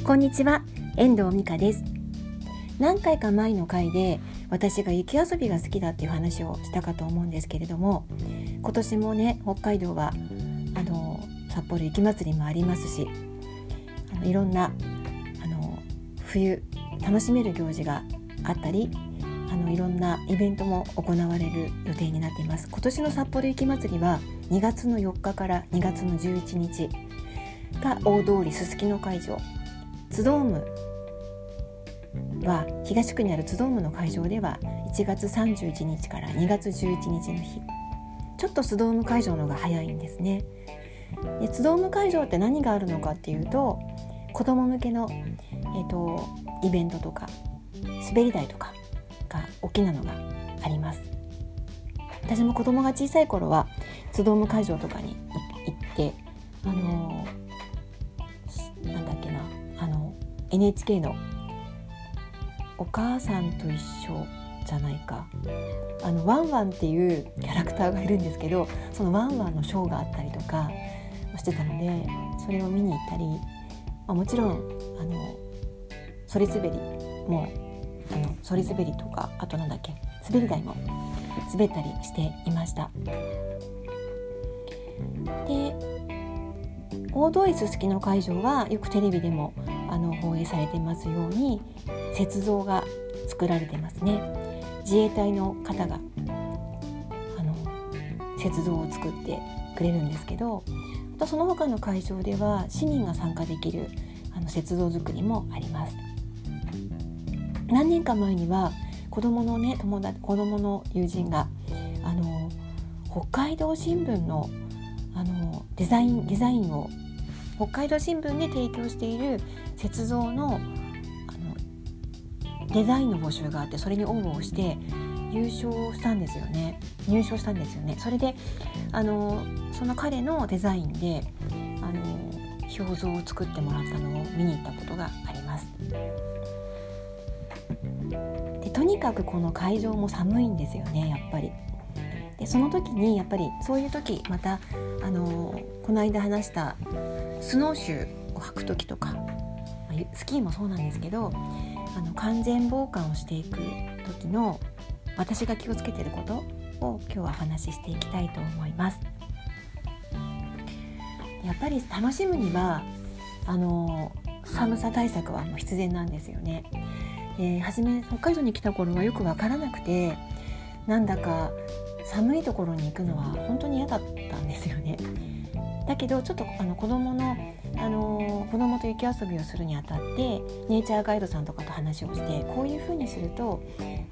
こんにちは、遠藤美香です。何回か前の回で私が雪遊びが好きだっていう話をしたかと思うんですけれども、今年もね、北海道は札幌雪まつりもありますし、いろんな冬楽しめる行事があったり、いろんなイベントも行われる予定になっています。今年の札幌雪まつりは2月の4日から2月の11日が大通りすすきの会場、津ドームは東区にある津ドームの会場では1月31日から2月11日の日、ちょっと津ドーム会場の方が早いんですね。で、津ドーム会場って何があるのかっていうと、子ども向けの、イベントとか滑り台とかが大きなのがあります。私も子供が小さい頃は津ドーム会場とかに行ってNHK のお母さんと一緒じゃないか、ワンワンっていうキャラクターがいるんですけど、そのワンワンのショーがあったりとかしてたので、それを見に行ったり、もちろんそり滑りもそり滑りとか、あと滑り台も滑ったりしていました。で、大通りすすきの会場はよくテレビでも放映されてますように雪像が作られてますね。自衛隊の方が雪像を作ってくれるんですけど、あとその他の会場では市民が参加できる雪像作りもあります。何年か前には子供の友人が北海道新聞のデザインを北海道新聞で提供している雪像のデザインの募集があって、それに応募をして入賞したんですよね。それでその彼のデザインで表像を作ってもらったのを見に行ったことがあります。で、とにかくこの会場も寒いんですよね、やっぱり。で、その時にやっぱりそういう時、またこの間話したスノーシューを履く時とか、スキーもそうなんですけど、完全防寒をしていく時の私が気をつけていることを今日はお話ししていきたいと思います。やっぱり楽しむには寒さ対策は必然なんですよね。初め北海道に来た頃はよく分からなくて、なんだか寒いところに行くのは本当に嫌だったんですよね。だけどちょっと子供と雪遊びをするにあたってネイチャーガイドさんとかと話をして、こういう風にすると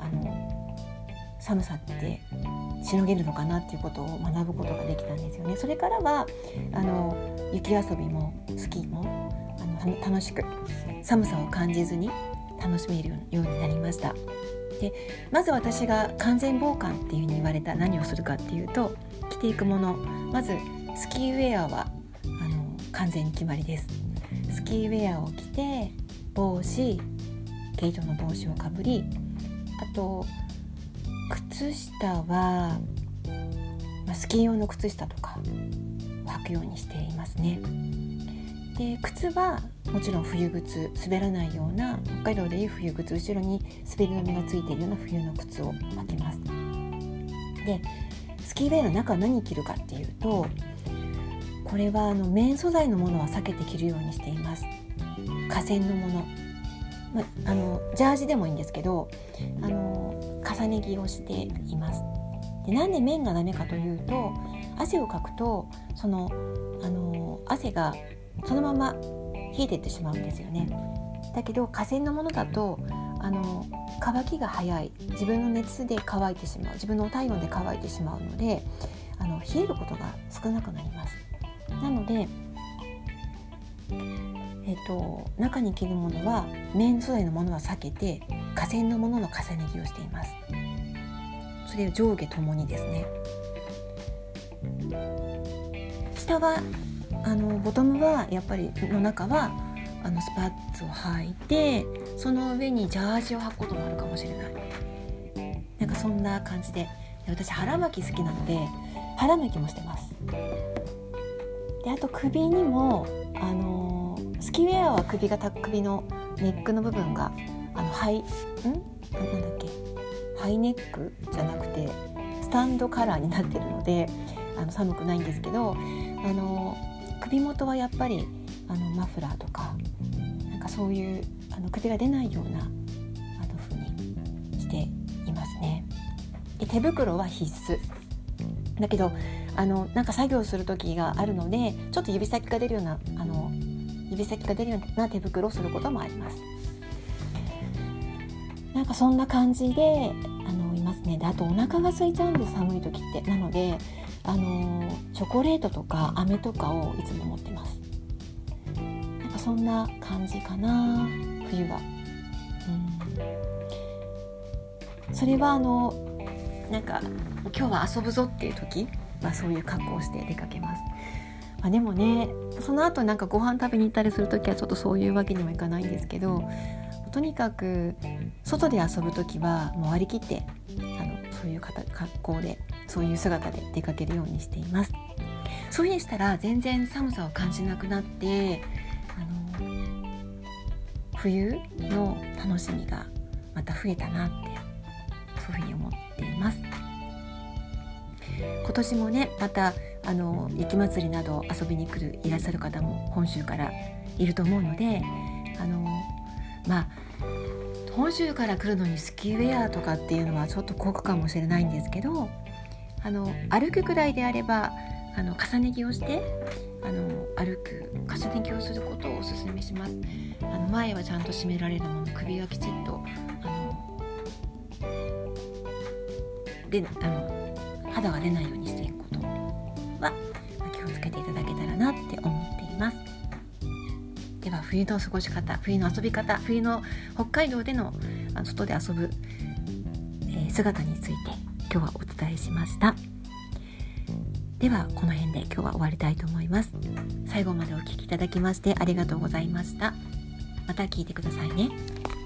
寒さってしのげるのかなっていうことを学ぶことができたんですよね。それからは雪遊びもスキーも楽しく寒さを感じずに楽しめるようになりました。で、まず私が完全防寒っていう風に言われた何をするかっていうと、着ていくもの、まずスキーウェアは完全に決まりです。スキーウェアを着て、帽子、毛糸の帽子をかぶり、あと靴下は、スキー用の靴下とかを履くようにしていますね。で、靴はもちろん冬靴、滑らないような北海道でいう冬靴、後ろに滑り止めがついているような冬の靴を履きます。で、スキーウェアの中は何着るかっていうと、これは綿素材のものは避けて着るようにしています。化繊のもの、ジャージでもいいんですけど重ね着をしています。で、なんで綿がダメかというと、汗をかくとその汗がそのまま冷えていってしまうんですよね。だけど化繊のものだと乾きが早い、自分の熱で乾いてしまう、自分の体温で乾いてしまうので冷えることが少なくなります。なので、中に着るものは綿素材のものは避けて化繊のものの重ね着をしています。それを上下ともにですね。下はボトムはやっぱりの中はスパッツを履いて、その上にジャージを履くこともあるかもしれない。なんかそんな感じで、私腹巻き好きなので腹巻きもしてます。で、あと首にもスキーウェアは首のネックの部分がハイネックじゃなくてスタンドカラーになってるので寒くないんですけど、首元はやっぱりマフラーとかなんかそういう首が出ないような風にしていますね。で手袋は必須だけどなんか作業する時があるのでちょっと指先が出るような手袋をすることもあります。なんかそんな感じでいますね。であとお腹が空いちゃうんです、寒い時って。なのでチョコレートとか飴とかをいつも持ってます。なんかそんな感じかな、冬は。それはなんか今日は遊ぶぞっていう時はそういう格好をして出かけます。でもね、その後なんかご飯食べに行ったりする時はちょっとそういうわけにもいかないんですけど、とにかく外で遊ぶ時はもう割り切ってそういう格好でそういう姿で出かけるようにしています。そういうふうにしたら全然寒さを感じなくなって冬の楽しみがまた増えたなってそういうふうに思っています。今年もねまた雪まつりなど遊びにいらっしゃる方も本州からいると思うので本州から来るのにスキーウェアとかっていうのはちょっと酷かもしれないんですけど歩くくらいであれば重ね着をして重ね着をすることをお勧めします。前はちゃんと締められるもの、首はきちっと肌が出ないようにしていくことは気をつけていただけたらなって思っています。では冬の過ごし方、冬の遊び方、冬の北海道での外で遊ぶ、姿について今日はお伝えしました。ではこの辺で今日は終わりたいと思います。最後までお聞きいただきましてありがとうございました。また聞いてくださいね。